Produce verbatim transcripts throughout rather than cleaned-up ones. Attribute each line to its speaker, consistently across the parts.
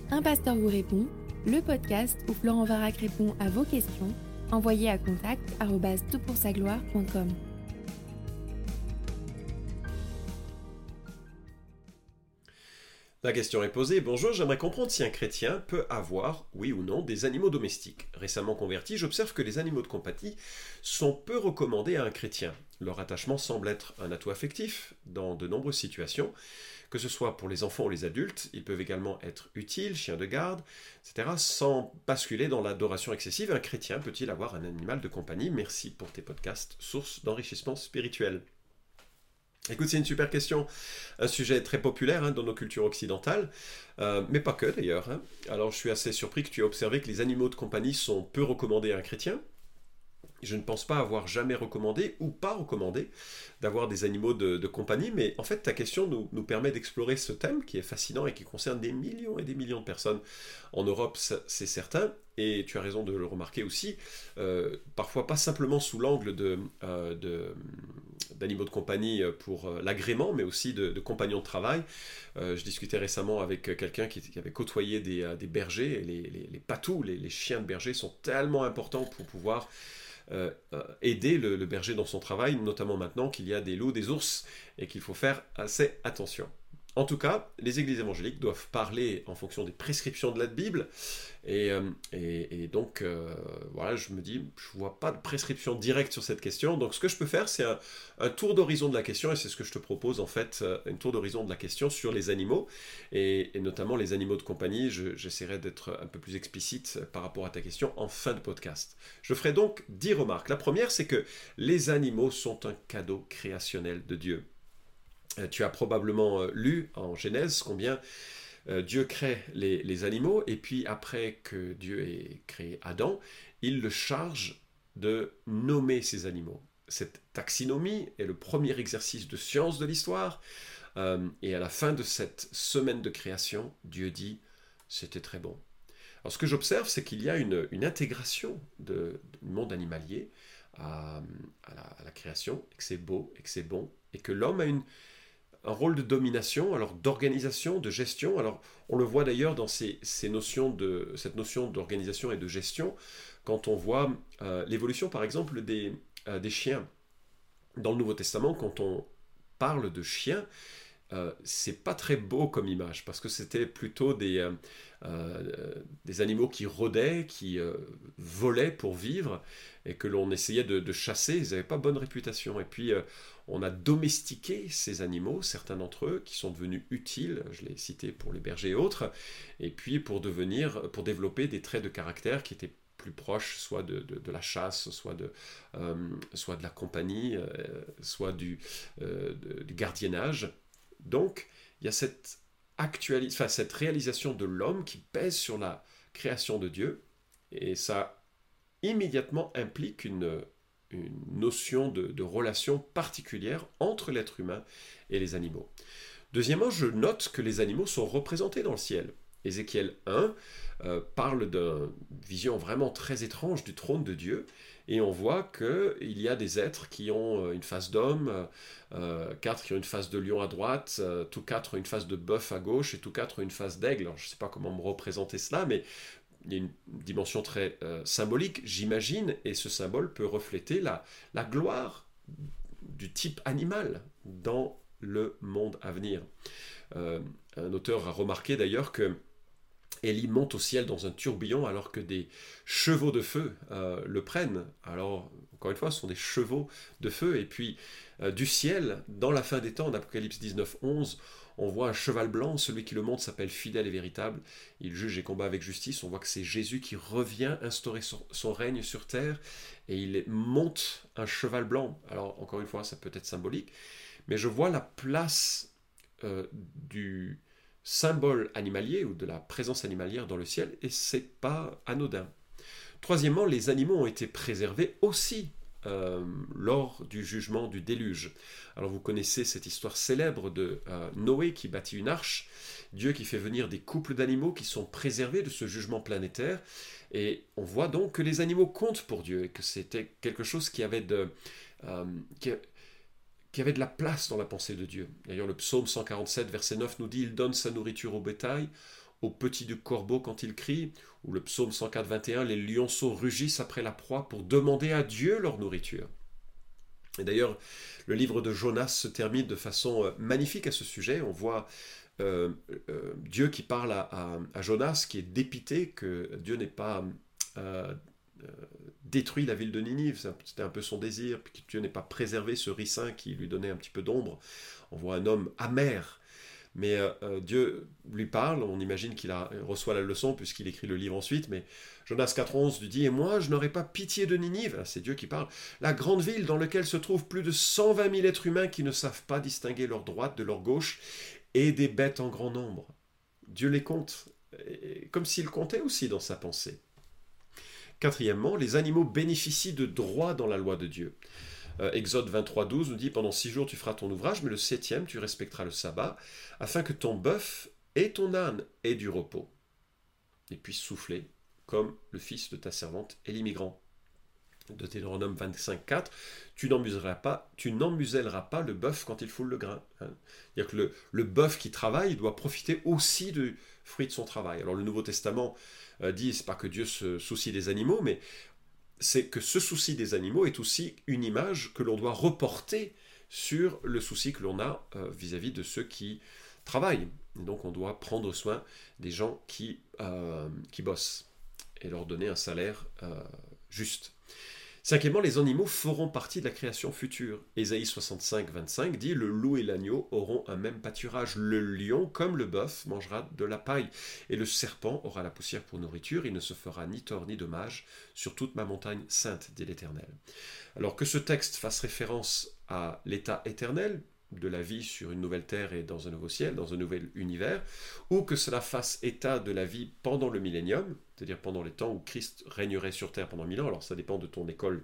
Speaker 1: Un pasteur vous répond, le podcast où Florent Varac répond à vos questions, envoyez à contact arobase tout pour sa gloire point com.
Speaker 2: La question est posée. Bonjour, j'aimerais comprendre si un chrétien peut avoir, oui ou non, des animaux domestiques. Récemment converti, j'observe que les animaux de compagnie sont peu recommandés à un chrétien. Leur attachement semble être un atout affectif dans de nombreuses situations, que ce soit pour les enfants ou les adultes. Ils peuvent également être utiles, chiens de garde, et cetera. Sans basculer dans l'adoration excessive, un chrétien peut-il avoir un animal de compagnie? Merci pour tes podcasts, source d'enrichissement spirituel. Écoute, c'est une super question, un sujet très populaire hein, dans nos cultures occidentales, euh, mais pas que d'ailleurs. Hein. Alors je suis assez surpris que tu aies observé que les animaux de compagnie sont peu recommandés à un chrétien. Je ne pense pas avoir jamais recommandé ou pas recommandé d'avoir des animaux de, de compagnie, mais en fait ta question nous, nous permet d'explorer ce thème qui est fascinant et qui concerne des millions et des millions de personnes. En Europe, c'est certain, et tu as raison de le remarquer aussi, euh, parfois pas simplement sous l'angle de, euh, de, d'animaux de compagnie pour euh, l'agrément, mais aussi de, de compagnons de travail. Euh, je discutais récemment avec quelqu'un qui, qui avait côtoyé des, euh, des bergers, et les, les, les patous, les, les chiens de berger sont tellement importants pour pouvoir Euh, euh, aider le, le berger dans son travail, notamment maintenant qu'il y a des loups, des ours, et qu'il faut faire assez attention. En tout cas, les églises évangéliques doivent parler en fonction des prescriptions de la Bible, et, euh, et, et donc, euh, voilà, je me dis, je ne vois pas de prescription directe sur cette question, donc ce que je peux faire, c'est un, un tour d'horizon de la question, et c'est ce que je te propose, en fait, un tour d'horizon de la question sur les animaux, et, et notamment les animaux de compagnie. Je, j'essaierai d'être un peu plus explicite par rapport à ta question en fin de podcast. Je ferai donc dix remarques. La première, c'est que les animaux sont un cadeau créationnel de Dieu. Tu as probablement euh, lu en Genèse combien euh, Dieu crée les, les animaux, et puis après que Dieu ait créé Adam, il le charge de nommer ces animaux. Cette taxinomie est le premier exercice de science de l'histoire, euh, et à la fin de cette semaine de création, Dieu dit « c'était très bon ». Alors ce que j'observe, c'est qu'il y a une, une intégration de, du monde animalier à, à, la, à la création, et que c'est beau, et que c'est bon, et que l'homme a une un rôle de domination, alors d'organisation, de gestion. Alors on le voit d'ailleurs dans ces, ces notions de, cette notion d'organisation et de gestion, quand on voit euh, l'évolution par exemple des, euh, des chiens. Dans le Nouveau Testament, quand on parle de chiens, Euh, c'est pas très beau comme image, parce que c'était plutôt des, euh, euh, des animaux qui rôdaient, qui euh, volaient pour vivre, et que l'on essayait de, de chasser. Ils n'avaient pas bonne réputation. Et puis euh, on a domestiqué ces animaux, certains d'entre eux, qui sont devenus utiles, je l'ai cité pour les bergers et autres, et puis pour devenir, pour développer des traits de caractère qui étaient plus proches, soit de, de, de la chasse, soit de, euh, soit de la compagnie, euh, soit du, euh, de, du gardiennage. Donc, il y a cette, actualis- enfin, cette réalisation de l'homme qui pèse sur la création de Dieu, et ça immédiatement implique une, une notion de, de relation particulière entre l'être humain et les animaux. Deuxièmement, je note que les animaux sont représentés dans le ciel. Ézéchiel un euh, parle d'une vision vraiment très étrange du trône de Dieu, et on voit qu'il y a des êtres qui ont une face d'homme, euh, quatre qui ont une face de lion à droite, euh, tous quatre ont une face de bœuf à gauche, et tous quatre ont une face d'aigle. Alors, je ne sais pas comment me représenter cela, mais il y a une dimension très euh, symbolique, j'imagine, et ce symbole peut refléter la, la gloire du type animal dans le monde à venir. Euh, un auteur a remarqué d'ailleurs que Élie monte au ciel dans un tourbillon alors que des chevaux de feu euh, le prennent. Alors, encore une fois, ce sont des chevaux de feu. Et puis, euh, du ciel, dans la fin des temps, en Apocalypse dix-neuf, onze, on voit un cheval blanc. Celui qui le monte s'appelle fidèle et véritable. Il juge et combat avec justice. On voit que c'est Jésus qui revient instaurer son, son règne sur terre. Et il monte un cheval blanc. Alors, encore une fois, ça peut être symbolique. Mais je vois la place euh, du symbole animalier ou de la présence animalière dans le ciel, et c'est pas anodin. Troisièmement, les animaux ont été préservés aussi euh, lors du jugement du déluge. Alors vous connaissez cette histoire célèbre de euh, Noé qui bâtit une arche, Dieu qui fait venir des couples d'animaux qui sont préservés de ce jugement planétaire, et on voit donc que les animaux comptent pour Dieu, et que c'était quelque chose qui avait de... Euh, qui, qui avait de la place dans la pensée de Dieu. D'ailleurs, le psaume cent quarante-sept, verset neuf, nous dit « Il donne sa nourriture au bétail, au petit du corbeau quand il crie, ou le psaume cent quatre, vingt et un, les lionceaux rugissent après la proie pour demander à Dieu leur nourriture. Et d'ailleurs, le livre de Jonas se termine de façon magnifique à ce sujet. On voit euh, euh, Dieu qui parle à, à, à Jonas, qui est dépité que Dieu n'ait pas euh, euh, détruit la ville de Ninive. C'était un peu son désir, puis que Dieu n'ait pas préservé ce ricin qui lui donnait un petit peu d'ombre. On voit un homme amer. Mais euh, Dieu lui parle, on imagine qu'il a, reçoit la leçon puisqu'il écrit le livre ensuite, mais Jonas quatre onze lui dit « Et moi, je n'aurai pas pitié de Ninive », c'est Dieu qui parle, « la grande ville dans laquelle se trouvent plus de cent vingt mille êtres humains qui ne savent pas distinguer leur droite de leur gauche et des bêtes en grand nombre. » Dieu les compte, comme s'il comptait aussi dans sa pensée. Quatrièmement, les animaux bénéficient de droits dans la loi de Dieu. Euh, Exode vingt-trois douze nous dit « Pendant six jours tu feras ton ouvrage, mais le septième tu respecteras le sabbat, afin que ton bœuf et ton âne aient du repos, et puissent souffler, comme le fils de ta servante et l'immigrant. » Deutéronome vingt-cinq quatre, tu n'emmuselleras pas, tu n'emmuselleras pas le bœuf quand il foule le grain. Hein. C'est-à-dire que le, le bœuf qui travaille doit profiter aussi du fruit de son travail. Alors le Nouveau Testament euh, dit, c'est pas que Dieu se soucie des animaux, mais c'est que ce souci des animaux est aussi une image que l'on doit reporter sur le souci que l'on a euh, vis-à-vis de ceux qui travaillent. Et donc on doit prendre soin des gens qui, euh, qui bossent et leur donner un salaire euh, juste. Cinquièmement, les animaux feront partie de la création future. Ésaïe soixante-cinq vingt-cinq dit « Le loup et l'agneau auront un même pâturage. Le lion, comme le bœuf, mangera de la paille. Et le serpent aura la poussière pour nourriture. Il ne se fera ni tort ni dommage sur toute ma montagne sainte, dit l'Éternel. » Alors que ce texte fasse référence à l'état éternel de la vie sur une nouvelle terre et dans un nouveau ciel, dans un nouvel univers, ou que cela fasse état de la vie pendant le millénium, c'est-à-dire pendant les temps où Christ régnerait sur terre pendant mille ans, alors ça dépend de ton école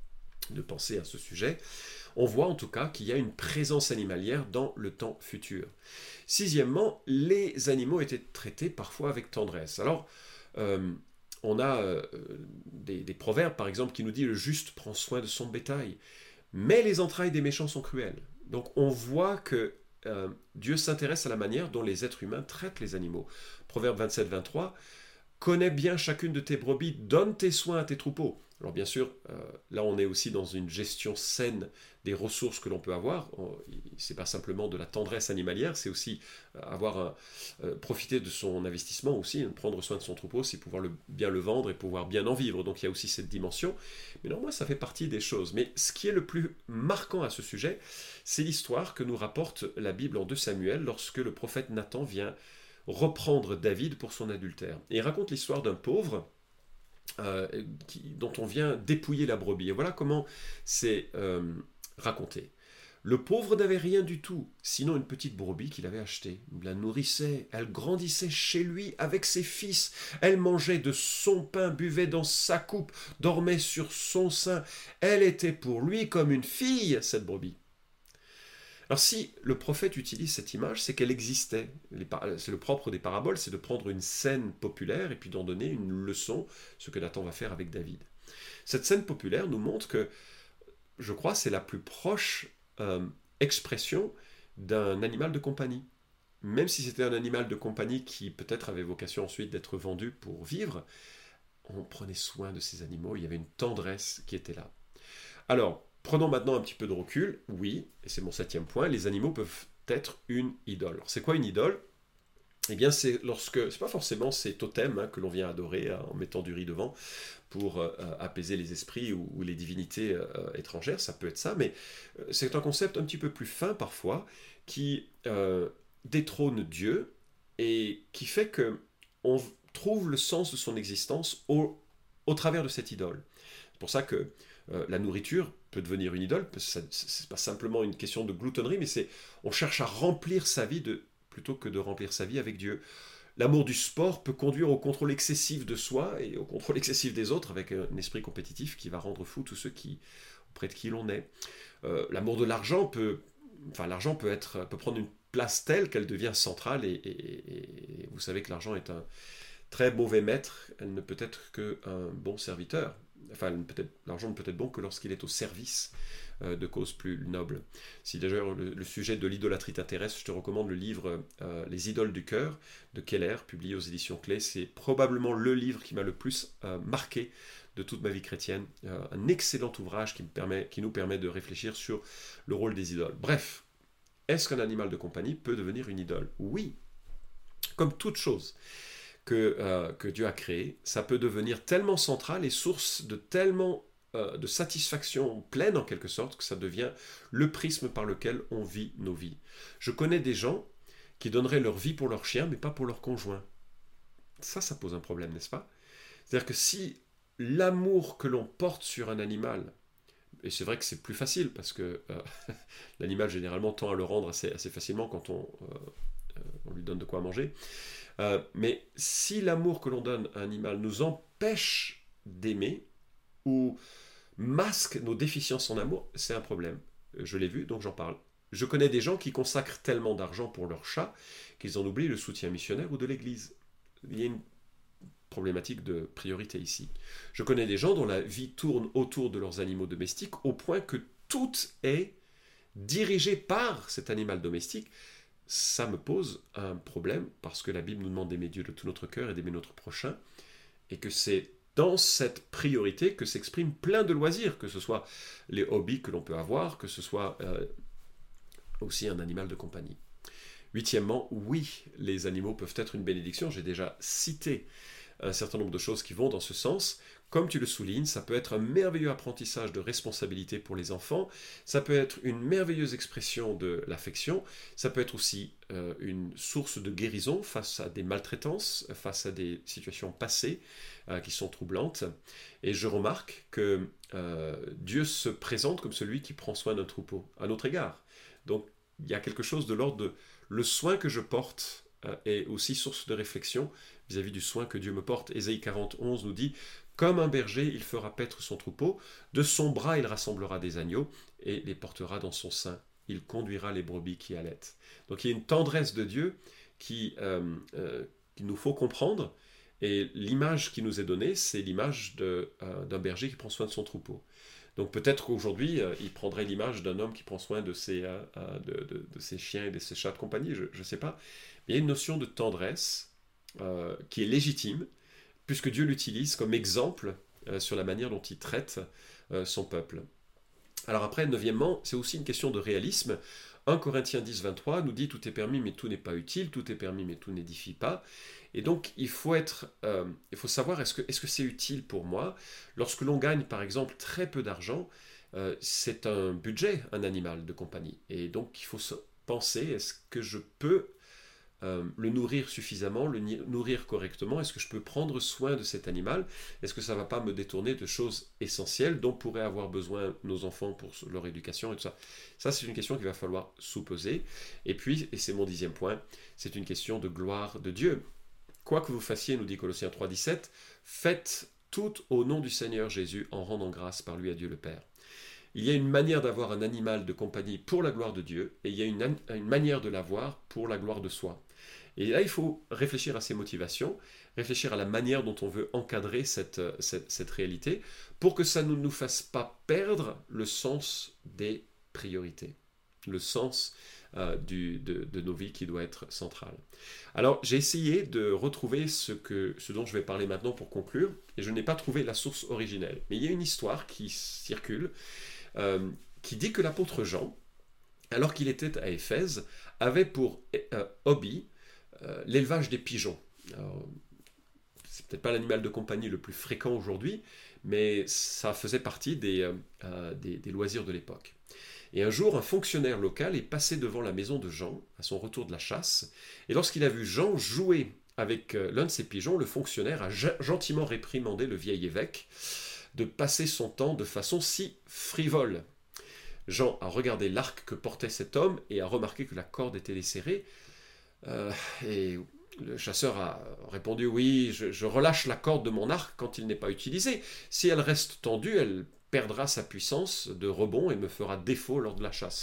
Speaker 2: de pensée à ce sujet, on voit en tout cas qu'il y a une présence animalière dans le temps futur. Sixièmement, les animaux étaient traités parfois avec tendresse. Alors, euh, on a euh, des, des proverbes par exemple qui nous dit « Le juste prend soin de son bétail, mais les entrailles des méchants sont cruelles ». Donc on voit que euh, Dieu s'intéresse à la manière dont les êtres humains traitent les animaux. Proverbe vingt-sept vingt-trois, « Connais bien chacune de tes brebis, donne tes soins à tes troupeaux. » Alors bien sûr, euh, là on est aussi dans une gestion saine des ressources que l'on peut avoir. Ce n'est pas simplement de la tendresse animalière, c'est aussi avoir un, euh, profiter de son investissement aussi, prendre soin de son troupeau, c'est pouvoir le, bien le vendre et pouvoir bien en vivre. Donc il y a aussi cette dimension. Mais néanmoins, ça fait partie des choses. Mais ce qui est le plus marquant à ce sujet, c'est l'histoire que nous rapporte la Bible en deux Samuel lorsque le prophète Nathan vient reprendre David pour son adultère. Et il raconte l'histoire d'un pauvre euh, qui, dont on vient dépouiller la brebis. Et voilà comment c'est euh, raconté. Le pauvre n'avait rien du tout, sinon une petite brebis qu'il avait achetée. Il la nourrissait, elle grandissait chez lui avec ses fils. Elle mangeait de son pain, buvait dans sa coupe, dormait sur son sein. Elle était pour lui comme une fille, cette brebis. Alors si le prophète utilise cette image, c'est qu'elle existait. C'est le propre des paraboles, c'est de prendre une scène populaire et puis d'en donner une leçon, ce que Nathan va faire avec David. Cette scène populaire nous montre que, je crois, c'est la plus proche euh, expression d'un animal de compagnie. Même si c'était un animal de compagnie qui peut-être avait vocation ensuite d'être vendu pour vivre, on prenait soin de ces animaux, il y avait une tendresse qui était là. Alors, prenons maintenant un petit peu de recul. Oui, et c'est mon septième point, les animaux peuvent être une idole. Alors, c'est quoi une idole ? Eh bien, c'est lorsque, c'est pas forcément ces totems hein, que l'on vient adorer hein, en mettant du riz devant pour euh, apaiser les esprits ou, ou les divinités euh, étrangères, ça peut être ça, mais euh, c'est un concept un petit peu plus fin parfois qui euh, détrône Dieu et qui fait que on trouve le sens de son existence au, au travers de cette idole. C'est pour ça que euh, la nourriture peut devenir une idole, parce que ce n'est pas simplement une question de gloutonnerie, mais c'est on cherche à remplir sa vie de, plutôt que de remplir sa vie avec Dieu. L'amour du sport peut conduire au contrôle excessif de soi et au contrôle excessif des autres, avec un esprit compétitif qui va rendre fou tous ceux qui, auprès de qui l'on est. Euh, l'amour de l'argent peut, enfin l'argent peut être, peut prendre une place telle qu'elle devient centrale, et, et, et vous savez que l'argent est un très mauvais maître, elle ne peut être qu'un bon serviteur. enfin, peut-être, l'argent ne peut être bon que lorsqu'il est au service euh, de causes plus nobles. Si d'ailleurs le, le sujet de l'idolâtrie t'intéresse, je te recommande le livre euh, Les idoles du cœur de Keller, publié aux éditions Clé. C'est probablement le livre qui m'a le plus euh, marqué de toute ma vie chrétienne. Euh, un excellent ouvrage qui, me permet, qui nous permet de réfléchir sur le rôle des idoles. Bref, est-ce qu'un animal de compagnie peut devenir une idole? Oui. Comme toute chose que, euh, que Dieu a créée, ça peut devenir tellement central et source de tellement euh, de satisfaction pleine en quelque sorte que ça devient le prisme par lequel on vit nos vies. Je connais des gens qui donneraient leur vie pour leur chien mais pas pour leur conjoint. Ça, ça pose un problème, n'est-ce pas? C'est-à-dire que si l'amour que l'on porte sur un animal, et c'est vrai que c'est plus facile parce que euh, l'animal généralement tend à le rendre assez, assez facilement quand on, euh, on lui donne de quoi manger, euh, mais si l'amour que l'on donne à un animal nous empêche d'aimer ou masque nos déficiences en amour, c'est un problème. Je l'ai vu, donc j'en parle. Je connais des gens qui consacrent tellement d'argent pour leur chat qu'ils en oublient le soutien missionnaire ou de l'Église. Il y a une problématique de priorité ici. Je connais des gens dont la vie tourne autour de leurs animaux domestiques au point que tout est dirigé par cet animal domestique. Ça me pose un problème parce que la Bible nous demande d'aimer Dieu de tout notre cœur et d'aimer notre prochain et que c'est dans cette priorité que s'expriment plein de loisirs, que ce soit les hobbies que l'on peut avoir, que ce soit euh, aussi un animal de compagnie. Huitièmement, oui, les animaux peuvent être une bénédiction. J'ai déjà cité un certain nombre de choses qui vont dans ce sens. Comme tu le soulignes, ça peut être un merveilleux apprentissage de responsabilité pour les enfants, ça peut être une merveilleuse expression de l'affection, ça peut être aussi euh, une source de guérison face à des maltraitances, face à des situations passées euh, qui sont troublantes. Et je remarque que euh, Dieu se présente comme celui qui prend soin d'un troupeau à notre égard. Donc il y a quelque chose de l'ordre de le soin que je porte euh, est aussi source de réflexion vis-à-vis du soin que Dieu me porte. Ésaïe quarante, onze nous dit « Comme un berger, il fera paître son troupeau, de son bras il rassemblera des agneaux et les portera dans son sein. Il conduira les brebis qui allaitent. » Donc il y a une tendresse de Dieu qui, euh, euh, qu'il nous faut comprendre, et l'image qui nous est donnée, c'est l'image de, euh, d'un berger qui prend soin de son troupeau. Donc peut-être qu'aujourd'hui, euh, il prendrait l'image d'un homme qui prend soin de ses, euh, de, de, de ses chiens et de ses chats de compagnie, je ne sais pas. Mais il y a une notion de tendresse euh, qui est légitime, puisque Dieu l'utilise comme exemple euh, sur la manière dont il traite euh, son peuple. Alors après, neuvièmement, c'est aussi une question de réalisme. un Corinthiens dix, vingt-trois nous dit « Tout est permis, mais tout n'est pas utile. Tout est permis, mais tout n'édifie pas. » Et donc, il faut, être, euh, il faut savoir, est-ce que, est-ce que c'est utile pour moi? Lorsque l'on gagne, par exemple, très peu d'argent, euh, c'est un budget, un animal de compagnie. Et donc, il faut se penser, est-ce que je peux euh, le nourrir suffisamment, le nourrir correctement? Est-ce que je peux prendre soin de cet animal? Est-ce que ça ne va pas me détourner de choses essentielles dont pourraient avoir besoin nos enfants pour leur éducation et tout ça? Ça, c'est une question qu'il va falloir sous-peser. Et puis, et c'est mon dixième point, c'est une question de gloire de Dieu. Quoi que vous fassiez, nous dit Colossiens trois, dix-sept, faites tout au nom du Seigneur Jésus en rendant grâce par lui à Dieu le Père. Il y a une manière d'avoir un animal de compagnie pour la gloire de Dieu et il y a une, une manière de l'avoir pour la gloire de soi. Et là, il faut réfléchir à ses motivations, réfléchir à la manière dont on veut encadrer cette, cette, cette réalité pour que ça ne nous fasse pas perdre le sens des priorités, le sens euh, du, de, de nos vies qui doit être central. Alors, j'ai essayé de retrouver ce, que, ce dont je vais parler maintenant pour conclure, et je n'ai pas trouvé la source originelle. Mais il y a une histoire qui circule, euh, qui dit que l'apôtre Jean, alors qu'il était à Éphèse, avait pour euh, hobby euh, l'élevage des pigeons. Alors, c'est peut-être pas l'animal de compagnie le plus fréquent aujourd'hui, mais ça faisait partie des, euh, des, des loisirs de l'époque. Et un jour, un fonctionnaire local est passé devant la maison de Jean, à son retour de la chasse, et lorsqu'il a vu Jean jouer avec l'un de ses pigeons, le fonctionnaire a gentiment réprimandé le vieil évêque de passer son temps de façon si frivole. Jean a regardé l'arc que portait cet homme et a remarqué que la corde était desserrée, euh, et le chasseur a répondu « Oui, je, je relâche la corde de mon arc quand il n'est pas utilisé. Si elle reste tendue, elle perdra sa puissance de rebond et me fera défaut lors de la chasse. »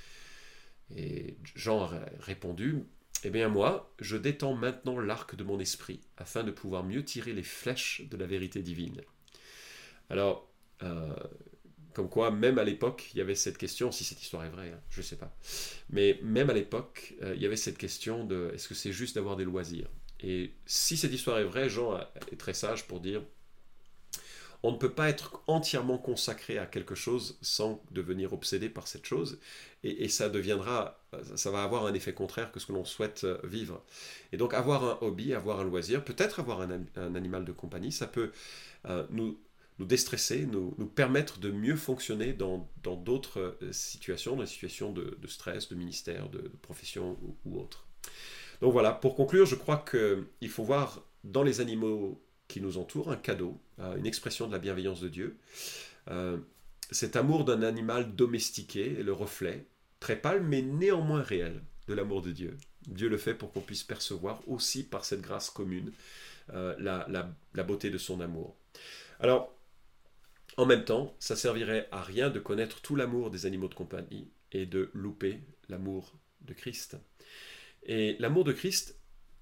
Speaker 2: Et Jean a répondu « Eh bien moi, je détends maintenant l'arc de mon esprit, afin de pouvoir mieux tirer les flèches de la vérité divine. » Alors, euh, comme quoi, même à l'époque, il y avait cette question, si cette histoire est vraie, hein, je ne sais pas, mais même à l'époque, euh, il y avait cette question de, est-ce que c'est juste d'avoir des loisirs? Et si cette histoire est vraie, Jean est très sage pour dire, on ne peut pas être entièrement consacré à quelque chose sans devenir obsédé par cette chose, et, et ça deviendra, ça va avoir un effet contraire que ce que l'on souhaite vivre. Et donc avoir un hobby, avoir un loisir, peut-être avoir un, un animal de compagnie, ça peut euh, nous, nous déstresser, nous, nous permettre de mieux fonctionner dans, dans d'autres situations, dans les situations de, de stress, de ministère, de, de profession ou, ou autre. Donc voilà, pour conclure, je crois qu'il faut voir dans les animaux qui nous entourent un cadeau, une expression de la bienveillance de Dieu. Euh, cet amour d'un animal domestiqué est le reflet, très pâle, mais néanmoins réel, de l'amour de Dieu. Dieu le fait pour qu'on puisse percevoir aussi par cette grâce commune euh, la, la, la beauté de son amour. Alors, en même temps, ça servirait à rien de connaître tout l'amour des animaux de compagnie et de louper l'amour de Christ. Et l'amour de Christ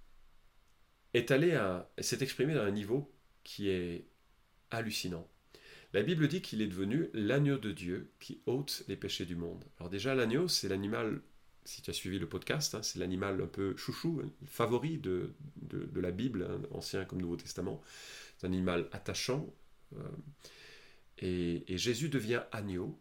Speaker 2: est allé à, s'est exprimé à un niveau qui est hallucinant. La Bible dit qu'il est devenu l'agneau de Dieu qui ôte les péchés du monde. Alors déjà, l'agneau, c'est l'animal, si tu as suivi le podcast, hein, c'est l'animal un peu chouchou, favori de, de, de la Bible, hein, Ancien comme Nouveau Testament. C'est un animal attachant. Euh, et, et Jésus devient agneau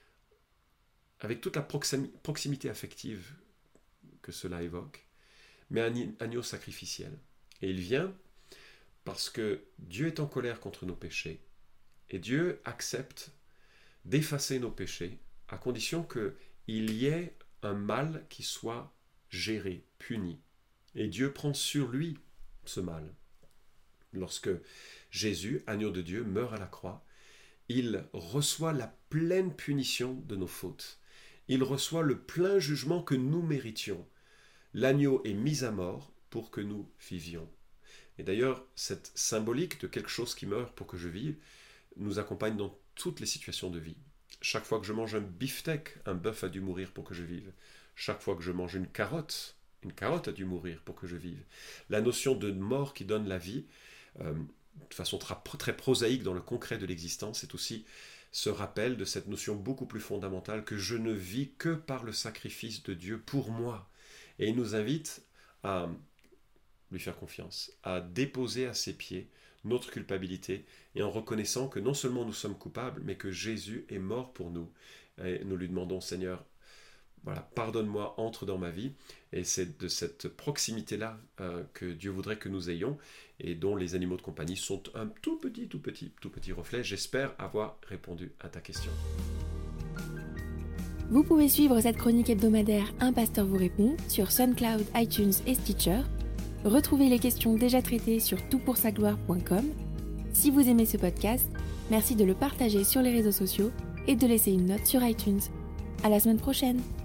Speaker 2: avec toute la proximi- proximité affective que cela évoque, mais un agneau sacrificiel. Et il vient parce que Dieu est en colère contre nos péchés. Et Dieu accepte d'effacer nos péchés à condition qu'il y ait un mal qui soit géré, puni. Et Dieu prend sur lui ce mal. Lorsque Jésus, agneau de Dieu, meurt à la croix, il reçoit la pleine punition de nos fautes. Il reçoit le plein jugement que nous méritions. L'agneau est mis à mort pour que nous vivions. Et d'ailleurs, cette symbolique de quelque chose qui meurt pour que je vive nous accompagne dans toutes les situations de vie. Chaque fois que je mange un beefsteak, un bœuf a dû mourir pour que je vive. Chaque fois que je mange une carotte, une carotte a dû mourir pour que je vive. La notion de mort qui donne la vie, euh, de façon tra- très prosaïque dans le concret de l'existence, c'est aussi ce rappel de cette notion beaucoup plus fondamentale que je ne vis que par le sacrifice de Dieu pour moi. Et il nous invite à lui faire confiance, à déposer à ses pieds notre culpabilité et en reconnaissant que non seulement nous sommes coupables, mais que Jésus est mort pour nous. Et nous lui demandons, Seigneur, voilà, pardonne-moi, entre dans ma vie. Et c'est de cette proximité-là euh, que Dieu voudrait que nous ayons et dont les animaux de compagnie sont un tout petit, tout petit, tout petit reflet. J'espère avoir répondu à ta question.
Speaker 1: Vous pouvez suivre cette chronique hebdomadaire Un pasteur vous répond sur SoundCloud, iTunes et Stitcher. Retrouvez les questions déjà traitées sur tout pour sa gloire point com. Si vous aimez ce podcast, merci de le partager sur les réseaux sociaux et de laisser une note sur iTunes. À la semaine prochaine!